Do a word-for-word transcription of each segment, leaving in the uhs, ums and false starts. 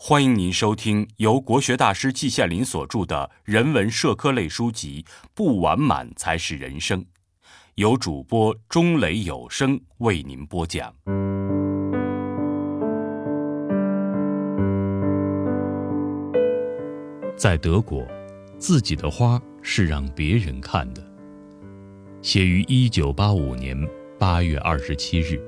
欢迎您收听由国学大师季羡林所著的人文社科类书籍《不完满才是人生》，由主播钟雷有声为您播讲。 在德国，自己的花是让别人看的。写于一九八五年八月二十七日。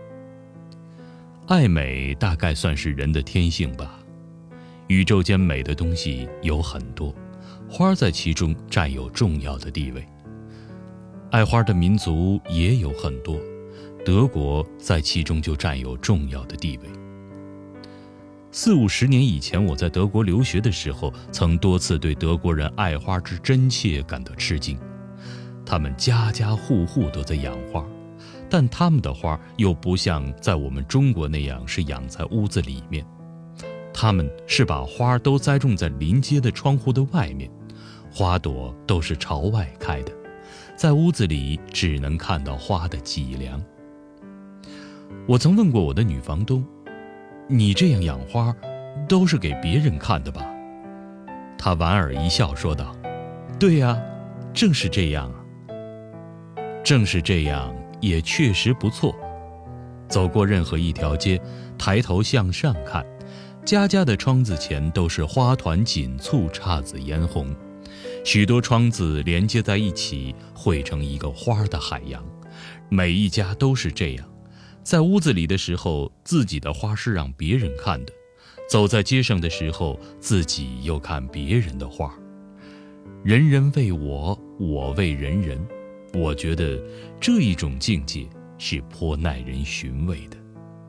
爱美大概算是人的天性吧。宇宙间美的东西有很多，花在其中占有重要的地位。爱花的民族也有很多，德国在其中就占有重要的地位。四五十年以前，我在德国留学的时候，曾多次对德国人爱花之真切感到吃惊。他们家家户户都在养花，但他们的花又不像在我们中国那样是养在屋子里面，他们是把花都栽种在临街的窗户的外面，花朵都是朝外开的，在屋子里只能看到花的脊梁。我曾问过我的女房东，你这样养花都是给别人看的吧？她莞尔一笑说道，对呀，正是这样啊。正是这样也确实不错。走过任何一条街，抬头向上看，家家的窗子前都是花团锦簇，姹紫嫣红，许多窗子连接在一起，汇成一个花的海洋。每一家都是这样，在屋子里的时候，自己的花是让别人看的；走在街上的时候，自己又看别人的花。人人为我，我为人人。我觉得这一种境界是颇耐人寻味的。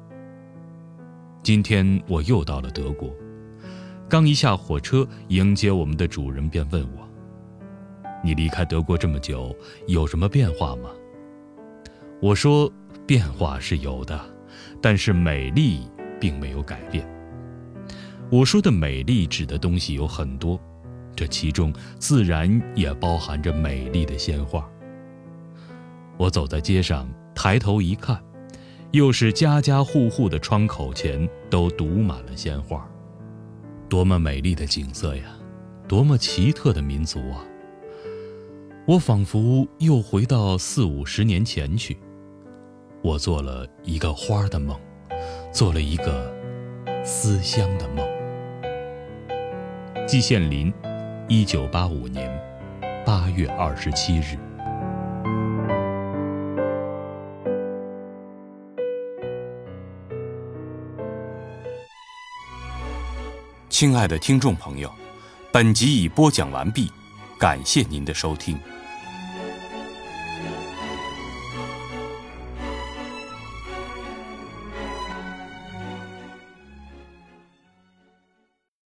今天我又到了德国，刚一下火车，迎接我们的主人便问我，你离开德国这么久，有什么变化吗？我说，变化是有的，但是美丽并没有改变。我说的美丽指的东西有很多，这其中自然也包含着美丽的鲜花。我走在街上，抬头一看，又是家家户户的窗口前都堵满了鲜花。多么美丽的景色呀，多么奇特的民族啊！我仿佛又回到四五十年前去，我做了一个花的梦，做了一个思乡的梦。季羡林，一九八五年八月二十七日。 亲爱的听众朋友，本集已播讲完毕，感谢您的收听。